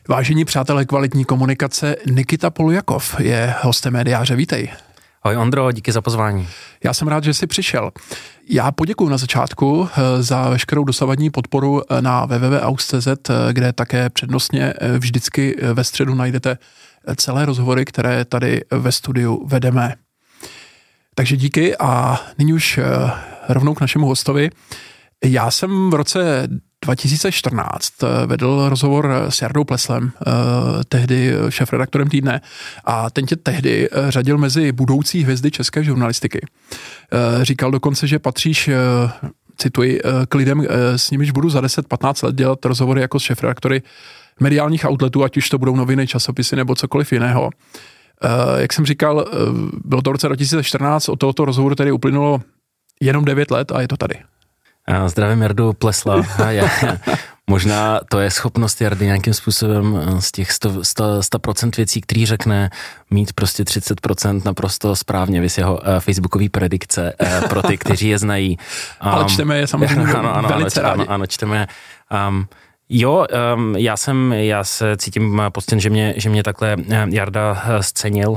Vážení přátelé kvalitní komunikace, Nikita Poljakov je hostem Médiáře, vítej. Ahoj Ondro, díky za pozvání. Já jsem rád, že jsi přišel. Já poděkuji na začátku za veškerou dosavadní podporu na www.aus.cz, kde také přednostně vždycky ve středu najdete celé rozhovory, které tady ve studiu vedeme. Takže díky a nyní už rovnou k našemu hostovi. Já jsem v roce 2014 vedl rozhovor s Jardou Pleslem, tehdy šéfredaktorem Týdne, a ten tě tehdy řadil mezi budoucí hvězdy české žurnalistiky. Říkal dokonce, že patříš, cituji, k lidem, s nimiž budu za 10-15 let dělat rozhovory jako šéfredaktory mediálních outletů, ať už to budou noviny, časopisy nebo cokoliv jiného. Jak jsem říkal, bylo to v roce 2014, od tohoto rozhovoru tedy uplynulo jenom 9 let a je to tady. Zdravím Jardu Plesla. Možná to je schopnost Jardy nějakým způsobem z těch 100% věcí, který řekne, mít prostě 30% naprosto správně, vys jeho facebookový predikce pro ty, kteří je znají. Ale čteme je samozřejmě velice rádi. Ano, čteme. Já se cítím poctěn, že mě takhle Jarda scenil.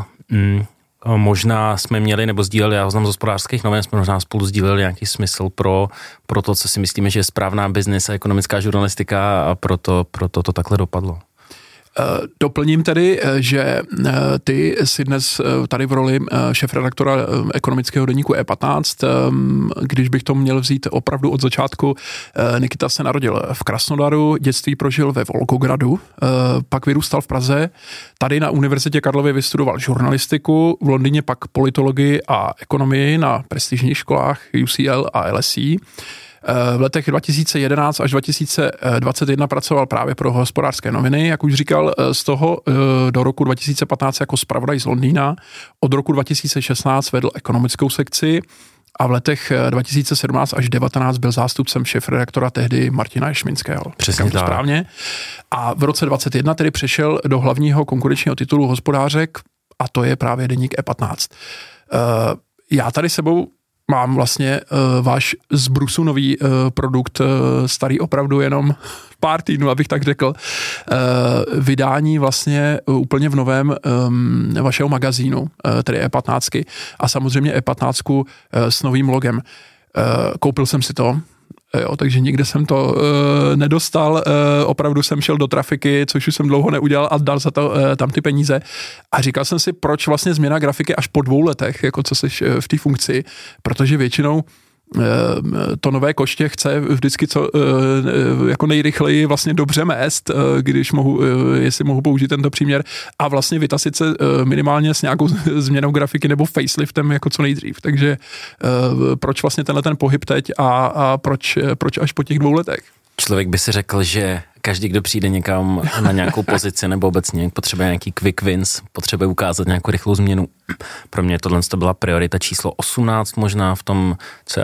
Možná jsme měli, nebo sdíleli, já ho znám z Hospodářských novin, jsme možná spolu sdíleli nějaký smysl pro to, co si myslíme, že je správná business a ekonomická žurnalistika, a proto to takhle dopadlo. Doplním tedy, že ty jsi dnes tady v roli šéfredaktora ekonomického deníku E15. Když bych to měl vzít opravdu od začátku, Nikita se narodil v Krasnodaru, dětství prožil ve Volgogradu, pak vyrůstal v Praze, tady na Univerzitě Karlově vystudoval žurnalistiku, v Londýně pak politologii a ekonomii na prestižních školách UCL a LSE. V letech 2011 až 2021 pracoval právě pro Hospodářské noviny, jak už říkal, z toho do roku 2015 jako zpravodaj z Londýna. Od roku 2016 vedl ekonomickou sekci a v letech 2017 až 2019 byl zástupcem šéfredaktora tehdy Martina Ješminského. Přesně tak. Správně. A v roce 2021 tedy přešel do hlavního konkurenčního titulu Hospodářek a to je právě deník E15. Já tady sebou mám vlastně váš z brusu nový produkt, starý opravdu jenom pár týdnů, abych tak řekl, vydání vlastně úplně v novém vašeho magazínu, tedy E15, a samozřejmě E15 s novým logem. Koupil jsem si to, jo, takže nikde jsem to nedostal, opravdu jsem šel do trafiky, což už jsem dlouho neudělal, a dal za to tam ty peníze. A říkal jsem si, proč vlastně změna grafiky až po 2 letech, jako co jsi v té funkci, protože většinou to nové koště chce vždycky jako nejrychleji vlastně dobře mést, jestli mohu použít tento příměr, a vlastně vytasit se minimálně s nějakou změnou grafiky nebo faceliftem jako co nejdřív. Takže proč vlastně ten pohyb teď a proč až po těch 2 letech? Člověk by si řekl, že každý, kdo přijde někam na nějakou pozici nebo obecně potřebuje nějaký quick wins, potřebuje ukázat nějakou rychlou změnu. Pro mě tohle to byla priorita číslo 18 možná v tom,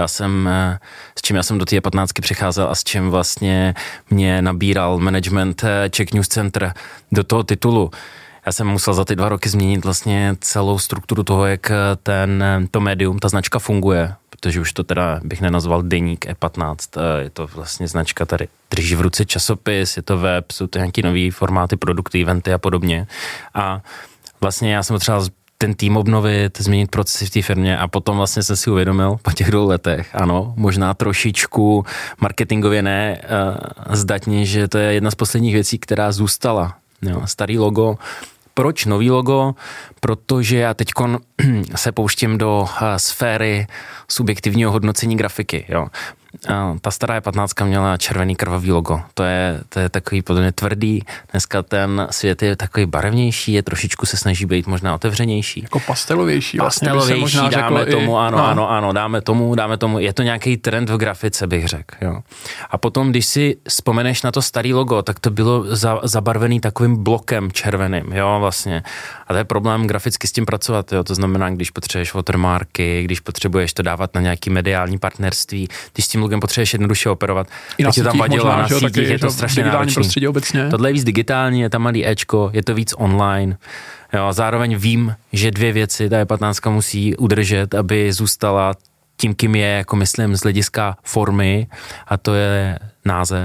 s čím já jsem do té 15 přicházel a s čím vlastně mě nabíral management Czech News Center do toho titulu. Já jsem musel za ty 2 roky změnit vlastně celou strukturu toho, jak to médium, ta značka funguje, protože už to teda bych nenazval deník E15, je to vlastně značka, tady drží v ruce časopis, je to web, jsou to nějaký nový formáty, produkty, eventy a podobně. A vlastně já jsem potřeboval ten tým obnovit, změnit procesy v té firmě, a potom vlastně jsem si uvědomil po těch 2 letech, ano, možná trošičku marketingově ne zdatně, že to je jedna z posledních věcí, která zůstala. Jo, starý logo. Proč nový logo? Protože já teďkon se pouštím do sféry subjektivního hodnocení grafiky. Jo. Ta stará E15 měla červený krvavý logo. To je takový podle mě tvrdý. Dneska ten svět je takový barevnější, je trošičku se snaží být možná otevřenější. Jako pastelovější. Pastelovější, vlastně dáme tomu, ano, dáme tomu. Je to nějaký trend v grafice, bych řekl. Jo. A potom, když si vzpomeneš na to starý logo, tak to bylo zabarvený takovým blokem červeným, jo, vlastně. A to je problém graficky s tím pracovat, jo. To znamená, když potřebuješ watermarky, když potřebuješ to dávat na nějaký mediální partnerství, když s tím logem potřebuješ jednoduše operovat. I na tam vadilo, možná, na sítích je to strašně náročný. Tohle je víc digitální, je tam malý Ečko, je to víc online. Jo, zároveň vím, že 2 věci ta E15 musí udržet, aby zůstala tím, kým je, jako myslím, z hlediska formy, a to je název,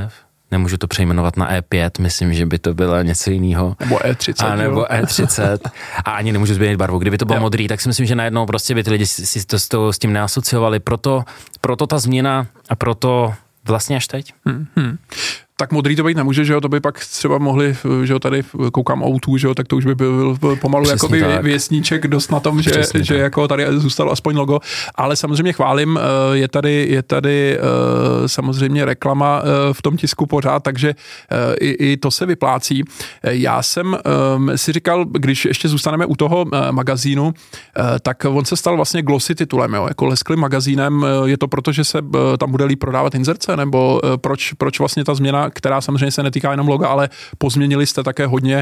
nemůžu to přejmenovat na E5, myslím, že by to bylo něco jiného. Nebo E30. Nebo E30. A ani nemůžu změnit barvu. Kdyby to bylo modrý, tak si myslím, že najednou prostě by ty lidi si to s tím neasociovali. Proto ta změna a proto vlastně až teď. Tak modrý to být nemůže, že jo, to by pak třeba mohli, že jo, tady koukám O2, že jo, tak to už by byl pomalu jakoby věstníček dost na tom, že jako tady zůstalo aspoň logo, ale samozřejmě chválím, je tady samozřejmě reklama v tom tisku pořád, takže i to se vyplácí. Já jsem si říkal, když ještě zůstaneme u toho magazínu, tak on se stal vlastně glossy titulem, jo, jako lesklým magazínem, je to proto, že se tam bude líp prodávat inzerce, nebo proč vlastně ta změna, která samozřejmě se netýká jenom loga, ale pozměnili jste také hodně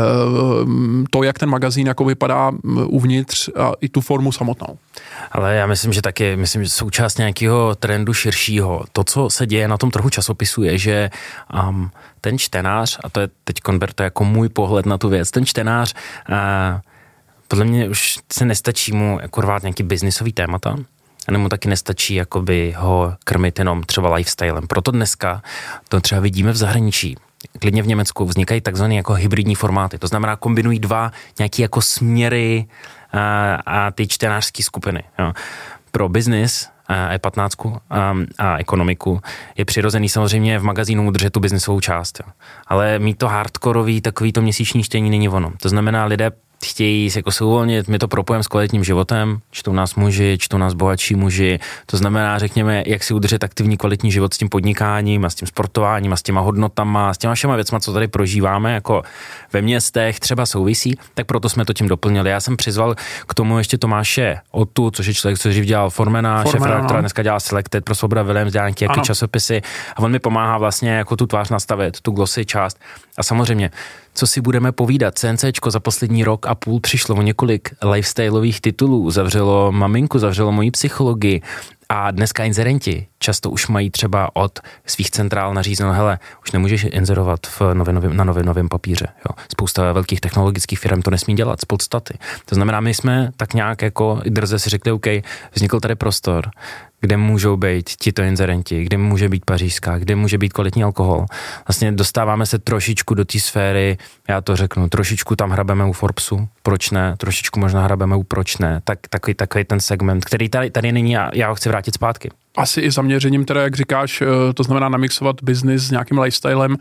to, jak ten magazín jako vypadá uvnitř a i tu formu samotnou. Ale já myslím, že součást nějakého trendu širšího, to, co se děje na tom trochu časopisu, je, že ten čtenář, a to je teď konverto jako můj pohled na tu věc, ten čtenář podle mě už se nestačí mu jako rvát nějaký biznisový témata, a nemu taky nestačí jakoby ho krmit jenom třeba lifestylem. Proto dneska to třeba vidíme v zahraničí. Klidně v Německu vznikají takzvané jako hybridní formáty. To znamená, kombinují dva nějaký jako směry a ty čtenářské skupiny. Jo. Pro biznis E15 a ekonomiku je přirozený samozřejmě v magazínu udržet tu biznisovou část. Jo. Ale mít to hardkorový, takový to měsíční čtení není ono. To znamená, lidé chtějí jako se uvolnit, my to propojeme s kvalitním životem, čtou nás muži, čtou nás bohatší muži, to znamená, řekněme, jak si udržet aktivní kvalitní život s tím podnikáním a s tím sportováním a s těma hodnotama, s těma všema věcma, co tady prožíváme, jako ve městech třeba souvisí, tak proto jsme to tím doplnili. Já jsem přizval k tomu ještě Tomáše Otu, což je člověk, co dřív dělal Formana, šéfredaktora, dneska dělá Selected, pro Svoboda Williams, dělá nějaké časopisy a on mi pomáhá vlastně jako tu tvář nastavit, tu glossy část. A samozřejmě, co si budeme povídat, CNCčko za poslední rok a půl přišlo o několik lifestyleových titulů, zavřelo Maminku, zavřelo Moji psychologii a dneska inzerenti často už mají třeba od svých centrál nařízeno, hele, už nemůžeš inzerovat na novinovém papíře. Jo. Spousta velkých technologických firm to nesmí dělat z podstaty. To znamená, my jsme tak nějak jako drze si řekli, OK, vznikl tady prostor, kde můžou být tito inzerenti, kde může být pařížská, kde může být kvalitní alkohol. Vlastně dostáváme se trošičku do té sféry, já to řeknu, trošičku tam hrabeme u Forbesu, proč ne, trošičku možná hrabeme u proč ne, takový ten segment, který tady není, já ho chci vrátit zpátky. Asi i zaměřením teda, jak říkáš, to znamená namixovat biznis s nějakým lifestylem,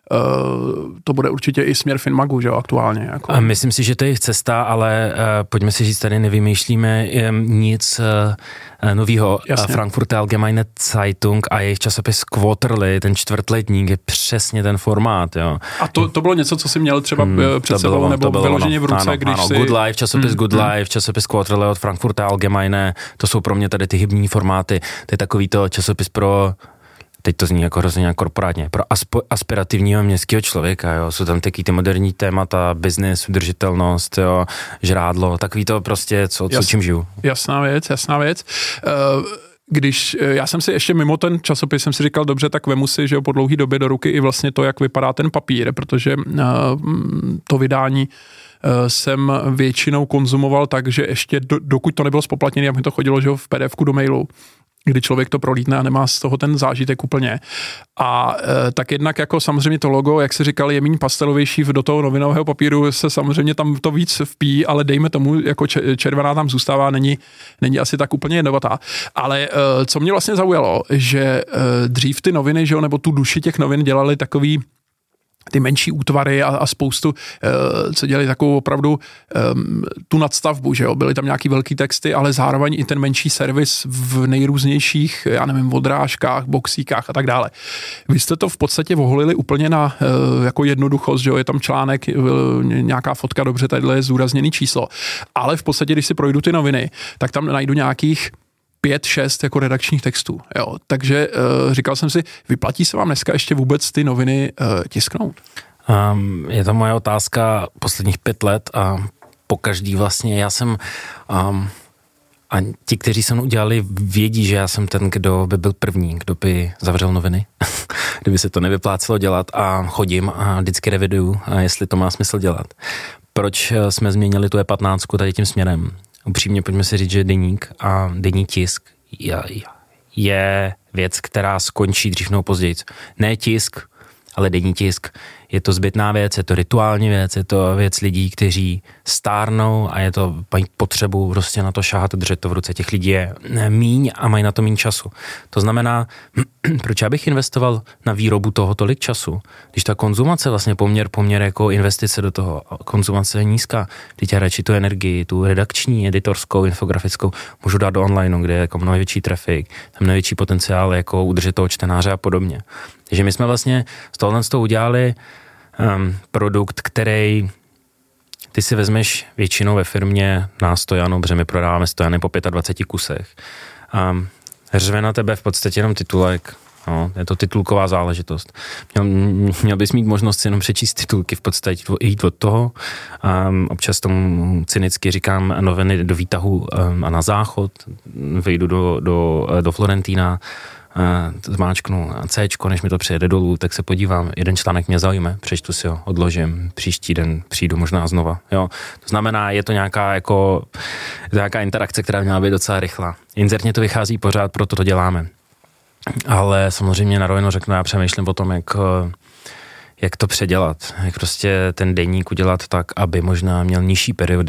to bude určitě i směr Finmagu, že jo, aktuálně. Jako. Myslím si, že to je jejich cesta, ale pojďme si říct, tady nevymýšlíme nic novýho. Frankfurter Allgemeine Zeitung a jejich časopis Quarterly, ten čtvrtletník, je přesně ten formát. Jo. A to bylo něco, co jsi měl třeba před sebou, nebo vyloženě v ruce, když si... Good Life, časopis Good Life, časopis Quarterly od Frankfurter Allgemeine, to jsou pro mě tady ty hybní formáty, to je takový to časopis pro... Teď to zní jako hrozně korporátně, pro aspirativního městského člověka, jo. Jsou tam taky ty moderní témata, business, udržitelnost, jo, žrádlo, takový to prostě, co čím žiju. Jasná věc. Když já jsem si ještě mimo ten časopis jsem si říkal, dobře, tak vemu si, že jo, po dlouhý době do ruky i vlastně to, jak vypadá ten papír, protože to vydání jsem většinou konzumoval tak, že ještě dokud to nebylo spoplatněné, jak mi to chodilo, že jo, v PDF-ku do mailu, kdy člověk to prolítne a nemá z toho ten zážitek úplně. A tak jednak jako samozřejmě to logo, jak se říkal, je méně pastelovější, do toho novinového papíru se samozřejmě tam to víc vpíjí, ale dejme tomu, jako červená tam zůstává, není asi tak úplně jednovatá. Ale co mě vlastně zaujalo, že dřív ty noviny, že jo, nebo tu duši těch novin dělali takový ty menší útvary a spoustu, co dělali takovou opravdu tu nadstavbu, že jo, byly tam nějaký velký texty, ale zároveň i ten menší servis v nejrůznějších, já nevím, odrážkách, boxíkách a tak dále. Vy jste to v podstatě oholili úplně na jako jednoduchost, že jo, je tam článek, nějaká fotka, dobře, tadyhle je zúrazněný číslo, ale v podstatě, když si projdu ty noviny, tak tam najdu nějakých 5-6 jako redakčních textů. Jo. Takže říkal jsem si, vyplatí se vám dneska ještě vůbec ty noviny tisknout? Je to moje otázka posledních 5 let a pokaždý vlastně já jsem a ti, kteří se mnou udělali, vědí, že já jsem ten, kdo by byl první, kdo by zavřel noviny, kdyby se to nevyplácelo dělat a chodím a vždycky reviduju, jestli to má smysl dělat. Proč jsme změnili tu E15 tady tím směrem? Upřímně pojďme si říct, že deník a denní tisk je věc, která skončí dřív nebo později. Ne tisk, ale denní tisk je to zbytná věc, je to rituální věc, je to věc lidí, kteří stárnou a mají potřebu prostě na to šáhat a držet to v ruce. Těch lidí je míň a mají na to míň času. To znamená, proč já bych investoval na výrobu toho tolik času, když ta konzumace vlastně poměr jako investice do toho, konzumace je nízká, teď já radši tu energii, tu redakční, editorskou, infografickou můžu dát do onlineu, kde je jako mnohem větší trafik, tam největší potenciál jako udržet toho čtenáře a podobně. Takže my jsme vlastně z tohohle udělali produkt, který ty si vezmeš většinou ve firmě na stojanu, protože my prodáváme stojany po 25 kusech. Řve na tebe v podstatě jenom titulek, no, je to titulková záležitost. Měl bys mít možnost si jenom přečíst titulky, v podstatě jít od toho. Občas tomu cynicky říkám noviny do výtahu a na záchod, vejdu do Florentína, zmáčknu Cčko, než mi to přijede dolů, tak se podívám, jeden článek mě zaujme, přečtu si ho, odložím, příští den přijdu možná znova. Jo. To znamená, je to nějaká interakce, která měla být docela rychlá. Inzertně to vychází pořád, proto to děláme. Ale samozřejmě na rovinu řeknu, já přemýšlím o tom, jak to předělat, jak prostě ten deník udělat tak, aby možná měl nižší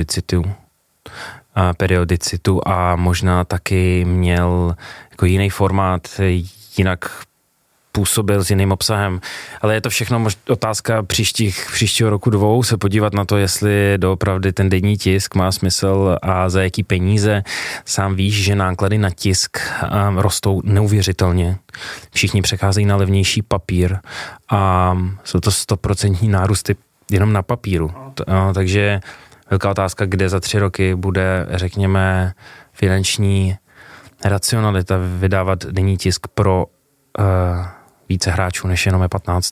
periodicitu a možná taky měl jako jiný formát, jinak působil s jiným obsahem. Ale je to všechno otázka příštího roku 2, se podívat na to, jestli doopravdy ten denní tisk má smysl a za jaký peníze. Sám víš, že náklady na tisk rostou neuvěřitelně. Všichni přecházejí na levnější papír a jsou to 100% nárůsty jenom na papíru. Takže velká otázka, kde za 3 roky bude, řekněme, finanční racionalita vydávat denní tisk pro více hráčů, než jenom je 15.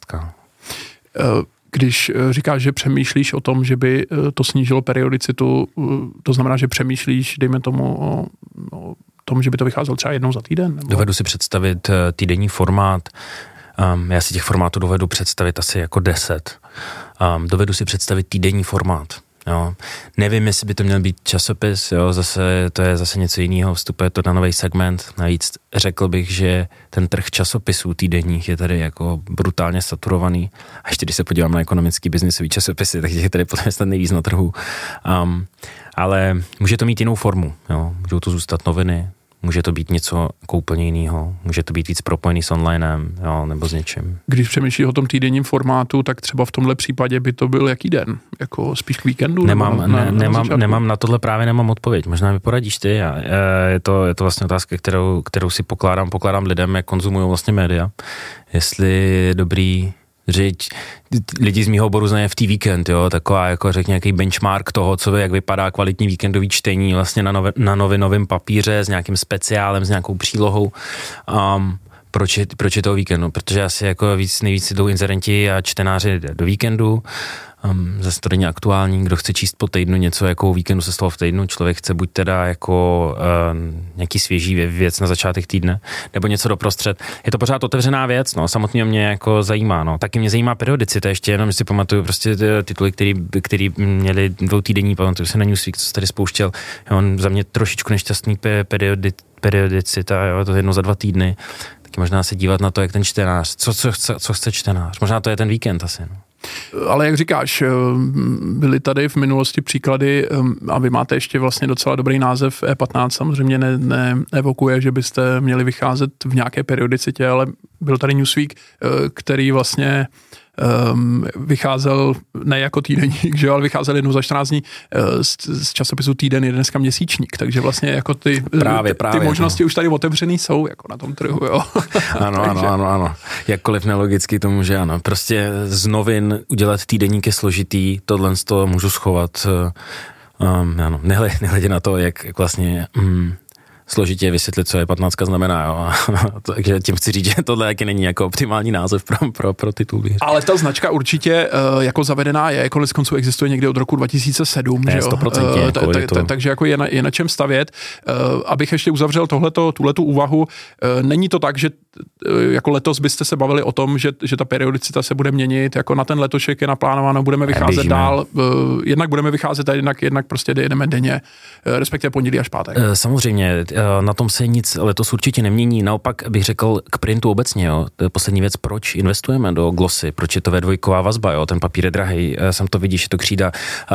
Když říkáš, že přemýšlíš o tom, že by to snížilo periodicitu, to znamená, že přemýšlíš, dejme tomu, o tom, že by to vycházelo třeba jednou za týden? Nebo? Dovedu si představit týdenní formát. Já si těch formátů dovedu představit asi jako 10. Dovedu si představit týdenní formát. Jo. Nevím, jestli by to měl být časopis, jo, to je zase něco jiného, vstupuje to na nový segment, navíc řekl bych, že ten trh časopisů týdenních je tady jako brutálně saturovaný, a ještě když se podívám na ekonomický biznisový časopisy, tak je tady potom snad nejvíc na trhu, ale může to mít jinou formu, jo. Můžou to zůstat noviny, může to být něco úplně jiného, může to být víc propojený s onlinem, jo, nebo s něčím. Když přemýšlíš o tom týdenním formátu, tak třeba v tomhle případě by to byl jaký den? Jako spíš k víkendu? Nemám na tohle právě nemám odpověď. Možná mi poradíš ty. Je to vlastně otázka, kterou si pokládám lidem, jak konzumují vlastně média. Jestli je dobrý říct, lidi z mýho oboru znají FT Weekend, jo, taková jako řekně nějaký benchmark toho, jak vypadá kvalitní víkendový čtení vlastně na novinovém papíře s nějakým speciálem, s nějakou přílohou. Proč je to o víkendu? Protože asi jako nejvíc jdou inzerenti a čtenáři do víkendu. Zase to není aktuální, kdo chce číst po týdnu něco jako o víkendu se stalo v týdnu, člověk chce buď teda jako nějaký svěží věc na začátek týdne, nebo něco doprostřed. Je to pořád otevřená věc, no, samotně mě jako zajímá, no. Taky mě zajímá periodicita, ještě jenom, že si pamatuju prostě tituly, který měli 2týdenní, pamatuju se na Newsweek, co se tady spouštěl, on za mě trošičku nešťastný periodicita, jo, to je jednou za 2 týdny, taky možná se dívat na to, jak ten čtenář, co chce čtenář, možná to je ten víkend asi, no. Ale jak říkáš, byly tady v minulosti příklady a vy máte ještě vlastně docela dobrý název E15, samozřejmě neevokuje, že byste měli vycházet v nějaké periodicitě, ale byl tady Newsweek, který vlastně vycházel ne jako týdeník, že, ale vycházel jednou za 14 dní z časopisu Týden, je dneska měsíčník, takže vlastně jako ty možnosti už tady otevřený jsou jako na tom trhu, jo. Ano. Jakkoliv nelogicky to může, ano. Prostě z novin udělat týdeník je složitý, tohle z toho můžu schovat, ano, nehledě na to, jak vlastně složitě vysvětlit, co je 15 znamená, jo. Takže tím chci říct, že tohle taky není jako optimální název pro titul. Ale ta značka určitě jako zavedená je, koneckonců existuje někdy od roku 2007, že jo. 100%. Takže jako je na čem stavět. Abych ještě uzavřel tuhletu úvahu, není to tak, že jako letos byste se bavili o tom, že ta periodicita se bude měnit, jako na ten letošek je naplánováno, budeme vycházet dál, jednak budeme vycházet a jednak prostě jdeme denně, respektive pondělí až pátek. Samozřejmě, na tom se nic letos určitě nemění, naopak bych řekl k printu obecně, jo. To je poslední věc, proč investujeme do glossy, proč je to V2 vazba, jo, ten papír je drahej, sam to vidíš, je to křída,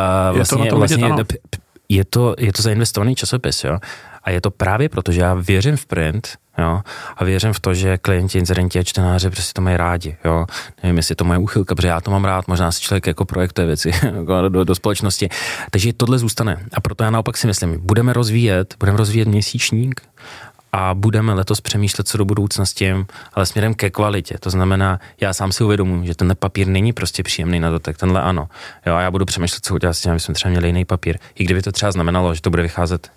je to zainvestovaný časopis, jo. A je to právě proto, že já věřím v print, jo, a věřím v to, že klienti, inzerenti a čtenáři prostě to mají rádi, jo. Nevím, jestli to moje úchylka, protože já to mám rád, možná si člověk jako projektuje věci do společnosti. Takže tohle zůstane. A proto já naopak si myslím, budeme rozvíjet měsíčník a budeme letos přemýšlet co do budoucna s tím, ale směrem ke kvalitě. To znamená, já sám si uvědomuji, že tenhle papír není prostě příjemný na dotek, tenhle ano. Jo, a já budu přemýšlet, co udělat s tím, aby jsme třeba měli jiný papír. I kdyby to třeba znamenalo, že to bude vycházet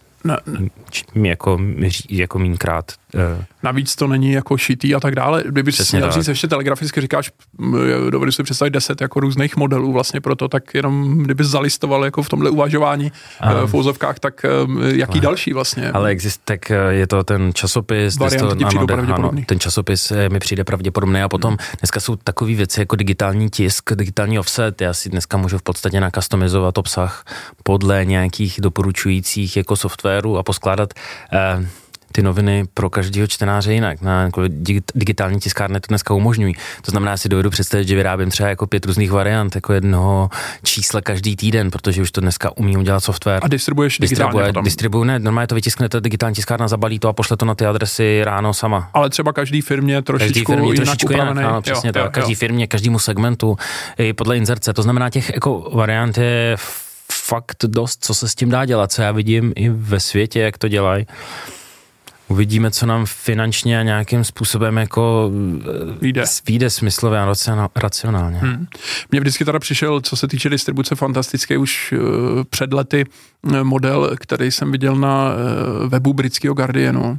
jako mínkrát. Navíc to není jako šitý a tak dále. Kdyby si měl říct ještě telegraficky, říkáš, dovedu si představit 10 jako různých modelů vlastně proto, tak jenom kdyby zalistoval jako v tomhle uvažování v úzovkách, tak jaký další vlastně? Ale tak je to ten časopis, ten časopis mi přijde pravděpodobný a potom dneska jsou takové věci jako digitální tisk, digitální offset, já si dneska můžu v podstatě nakastomizovat obsah podle nějakých doporučujících jako softwaru a poskládat ty noviny pro každého čtenáře jinak. Digitální tiskárny to dneska umožňují. To znamená, já si dovedu představit, že vyrábím třeba jako 5 různých variant, jako jednoho čísla každý týden, protože už to dneska umí udělat software. A distribuješ digitálně potom? Ne, normálně to vytisknete, digitální tiskárna zabalí to a pošle to na ty adresy ráno sama. Ale třeba každý firmě trošičku jinak upravený. Ano, přesně tak. Každý firmě, každému segmentu, i podle inzerce. To znamená, těch jako variant je fakt dost, co se s tím dá dělat, co já vidím i ve světě, jak to dělají. Uvidíme, co nám finančně a nějakým způsobem jako vyjde smyslově a racionálně. Mně vždycky teda přišel, co se týče distribuce, fantastický už před lety model, který jsem viděl na webu britského Guardianu.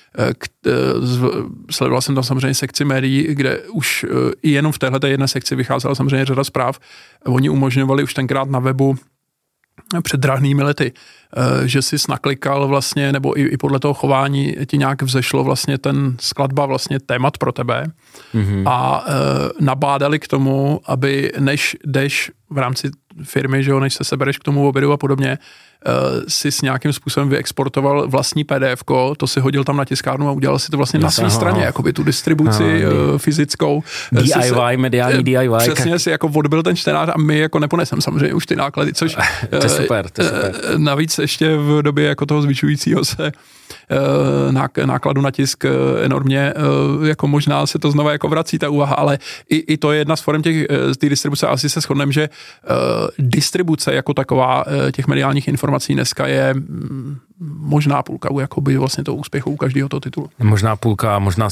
Sledoval jsem tam samozřejmě sekci médií, kde už i jenom v téhleté jedné sekci vycházela samozřejmě řada zpráv. Oni umožňovali už tenkrát na webu před drahnými lety, že jsi naklikal vlastně, nebo i podle toho chování ti nějak vzešlo vlastně ten skladba vlastně témat pro tebe a nabádali k tomu, aby než jdeš v rámci firmy, že jo, než se sebereš k tomu obědu a podobně, si s nějakým způsobem vyexportoval vlastní PDF-ko, to si hodil tam na tiskárnu a udělal si to vlastně na své straně, jakoby tu distribuci fyzickou. DIY, mediální DIY. Přesně si jako odbil ten čtenář a my jako neponesem samozřejmě už ty náklady, což to je super. Navíc ještě v době jako toho zvyšujícího se nákladu na tisk enormně, jako možná se to znova jako vrací ta úvaha, ale i to je jedna z forem té distribuce, asi se shodneme, že distribuce jako taková těch mediálních informací dneska je možná půlka jakoby vlastně toho úspěchu u každého toho titulu. Možná půlka, možná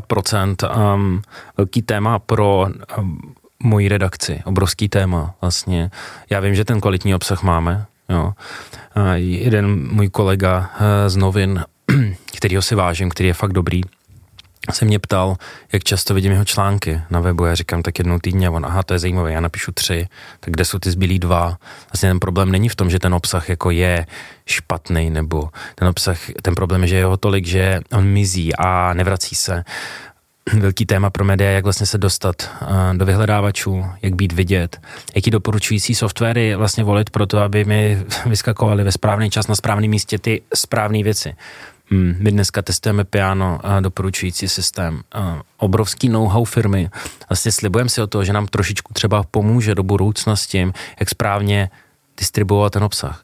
70%. Velký téma pro moji redakci, obrovský téma vlastně. Já vím, že ten kvalitní obsah máme, jo. Jeden můj kolega z novin, kterýho si vážím, který je fakt dobrý, se mě ptal, jak často vidím jeho články na webu. Já říkám tak jednou týdně a on, aha, to je zajímavé, já napíšu 3, tak kde jsou ty zbylí 2? Vlastně ten problém není v tom, že ten obsah jako je špatný, nebo ten problém je, že je ho tolik, že on mizí a nevrací se. Velký téma pro média, jak vlastně se dostat do vyhledávačů, jak být vidět, jaký doporučující softwary vlastně volit pro to, aby mi vyskakovaly ve správný čas na správném místě ty správné věci. My dneska testujeme Piano, doporučující systém. Obrovský know-how firmy. Vlastně slibujeme si o to, že nám trošičku třeba pomůže do budoucna s tím, jak správně distribuovat ten obsah.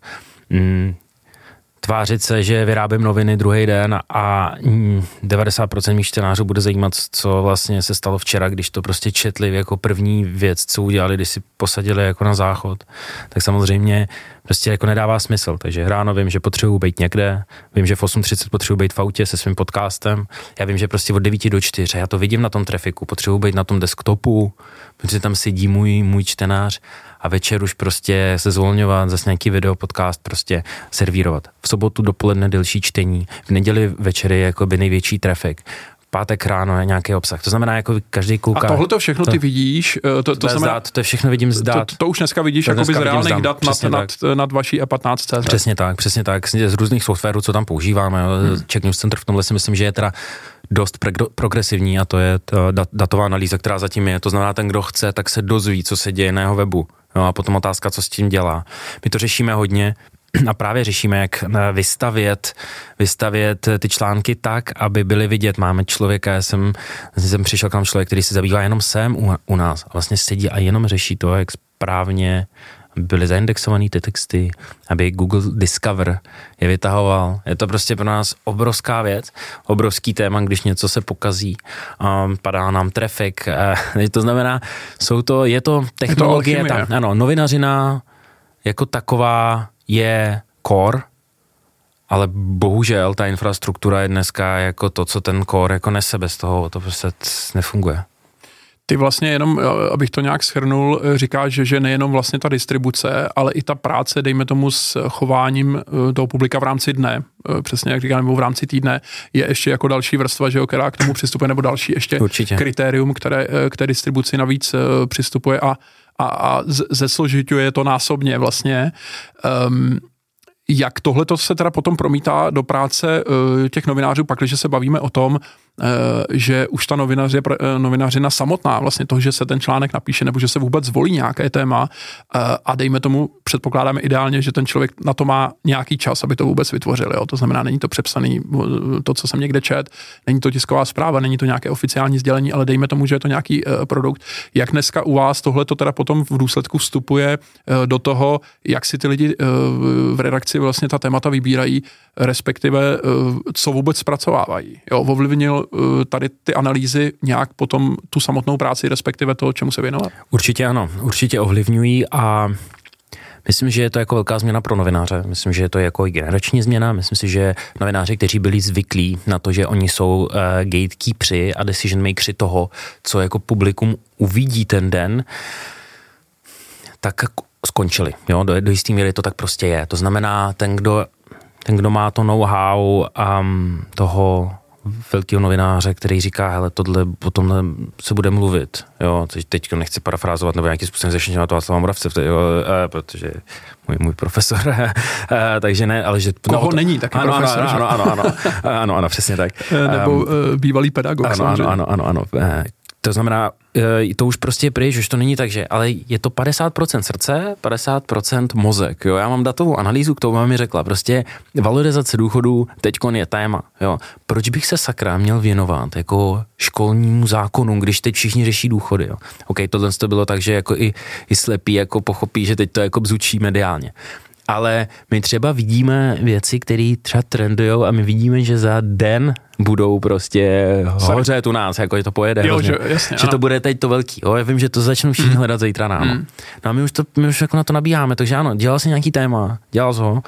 Tvářit se, že vyrábím noviny druhý den a 90% mých čtenářů bude zajímat, co vlastně se stalo včera, když to prostě četli jako první věc, co udělali, když si posadili jako na záchod. Tak samozřejmě prostě jako nedává smysl. Takže ráno vím, že potřebuji být někde, vím, že v 8:30 potřebuji být v autě se svým podcastem, já vím, že prostě od 9 do 4, já to vidím na tom trafiku, potřebuji být na tom desktopu, protože tam sedí můj čtenář a večer už prostě se zvolňovat, zase nějaký video, podcast, prostě servírovat. V sobotu dopoledne delší čtení, v neděli večer je jakoby největší trafik. Pátek ráno je nějaký obsah. To znamená, jako každý kouká. A tohle to všechno ty vidíš? To znamená, to všechno vidím zdát. To už dneska vidíš jakoby z reálných dat nad vaší E15. Přesně tak. Z různých softwarů, co tam používáme. Check News Center v tomhle si myslím, že je teda dost progresivní a to je datová analýza, která zatím je. To znamená, ten, kdo chce, tak se dozví, co se děje na jeho webu. No a potom otázka, co s tím dělá. My to řešíme hodně. a právě řešíme, jak vystavět ty články tak, aby byly vidět. Máme člověka, já jsem přišel k nám člověk, který se zabývá jenom u nás a vlastně sedí a jenom řeší to, jak správně byly zaindexované ty texty, aby Google Discover je vytahoval. Je to prostě pro nás obrovská věc, obrovský téma, když něco se pokazí, padá nám traffic. To znamená, je to technologie, novinařina jako taková je core, ale bohužel ta infrastruktura je dneska jako to, co ten core jako nese, bez toho to prostě nefunguje. Ty vlastně jenom, abych to nějak shrnul, říkáš, že nejenom vlastně ta distribuce, ale i ta práce, dejme tomu s chováním toho publika v rámci dne, přesně jak říkám, nebo v rámci týdne, je ještě jako další vrstva, že jo, která k tomu přistupuje, nebo další ještě určitě kritérium, které k té distribuci navíc přistupuje a zesložiťuje to násobně vlastně. Jak tohleto se teda potom promítá do práce těch novinářů, pakliže se bavíme o tom, že už ta novinařina samotná, vlastně toho, že se ten článek napíše, nebo že se vůbec zvolí nějaké téma a dejme tomu, předpokládáme ideálně, že ten člověk na to má nějaký čas, aby to vůbec vytvořil. Jo? To znamená, není to přepsaný, to, co jsem někde čet, není to tisková zpráva, není to nějaké oficiální sdělení, ale dejme tomu, že je to nějaký produkt. Jak dneska u vás tohle to teda potom v důsledku vstupuje do toho, jak si ty lidi v redakci vlastně ta témata vybírají, respektive co vůbec zpracovávají. Jo? Ovlivnil tady ty analýzy nějak potom tu samotnou práci, respektive to, čemu se věnovat? Určitě ano, určitě ovlivňují a myslím, že je to jako velká změna pro novináře. Myslím, že je to jako generační změna. Myslím si, že novináři, kteří byli zvyklí na to, že oni jsou gatekeepři a decision makeři toho, co jako publikum uvidí ten den, tak skončili. Jo? Do jistý míry to tak prostě je. To znamená, ten, kdo má to know-how toho velkého novináře, který říká, hele, o tomhle se bude mluvit, jo, teď nechci parafrázovat nebo nějakým způsobem zeštěně na to Václava Moravce, protože můj profesor, takže ne, ale že... Koho není taky profesor, ano, přesně tak. Nebo bývalý pedagog, Ano. To znamená, to už prostě je pryč, už to není tak, že, ale je to 50% srdce, 50% mozek, jo. Já mám datovou analýzu, kterou mi řekla, prostě valorizace důchodů teďkon je téma, jo. Proč bych se sakra měl věnovat jako školnímu zákonu, když teď všichni řeší důchody, jo. OK, tohle to bylo tak, že jako i slepí jako pochopí, že teď to jako bzučí mediálně. Ale my třeba vidíme věci, které třeba trendujou a my vidíme, že za den budou prostě hořet u nás, jako je to pojede. Jo, jasně, že to bude teď to velký. Jo, já vím, že to začnou všichni hledat zítra ráno. No a my už jako na to nabíháme, takže ano, dělal jsi nějaký téma, dělal jsi ho,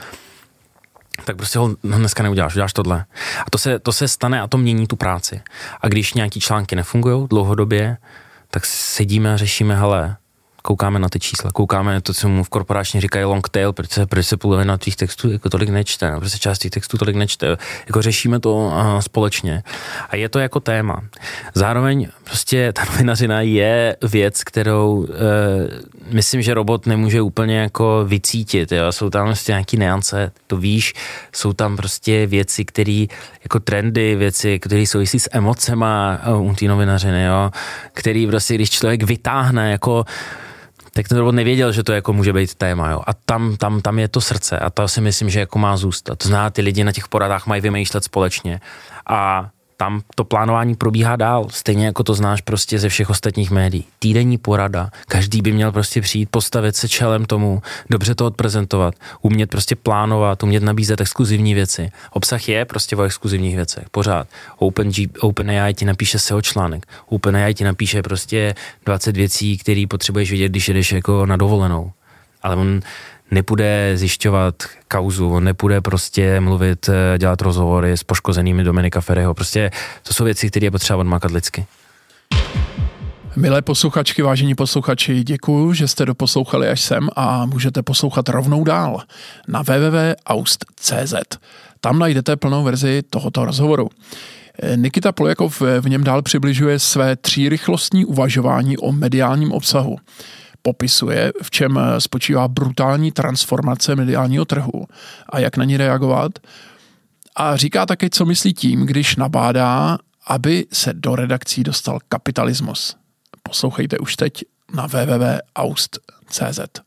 tak prostě ho dneska uděláš tohle. A to se stane a to mění tu práci. A když nějaký články nefungujou dlouhodobě, tak sedíme a řešíme, hele, koukáme na ty čísla, koukáme na to, co mu v korporáčně říkají long tail, proč se polovina tvých textů jako tolik nečte, proč se část těch textů tolik nečte, jako řešíme to společně a je to jako téma. Zároveň prostě ta novinařina je věc, kterou myslím, že robot nemůže úplně jako vycítit, jo? Jsou tam prostě nějaký nuance, to víš, jsou tam prostě věci, které jako trendy, věci, které souvisí s emocema u té novinařiny, jo? Který prostě, když člověk vytáhne jako tak ten robot nevěděl, že to jako může být téma, jo. A tam je to srdce a to si myslím, že jako má zůstat. To znamená, ty lidi na těch poradách mají vymýšlet společně a tam to plánování probíhá dál, stejně jako to znáš prostě ze všech ostatních médií. Týdenní porada, každý by měl prostě přijít, postavit se čelem tomu, dobře to odprezentovat, umět prostě plánovat, umět nabízet exkluzivní věci. Obsah je prostě o exkluzivních věcech, pořád. OpenAI ti napíše SEO článek, OpenAI ti napíše prostě 20 věcí, které potřebuješ vidět, když jedeš jako na dovolenou. Ale on nepůjde zjišťovat kauzu, on nepůjde prostě mluvit, dělat rozhovory s poškozenými Dominika Ferryho. Prostě to jsou věci, které je potřeba odmakat lidsky. Milé posluchačky, vážení posluchači, děkuju, že jste doposlouchali až sem a můžete poslouchat rovnou dál na www.aust.cz. Tam najdete plnou verzi tohoto rozhovoru. Nikita Poljakov v něm dál přibližuje své 3rychlostní uvažování o mediálním obsahu. Popisuje, v čem spočívá brutální transformace mediálního trhu a jak na ní reagovat. A říká také, co myslí tím, když nabádá, aby se do redakcí dostal kapitalismus. Poslouchejte už teď na www.aust.cz.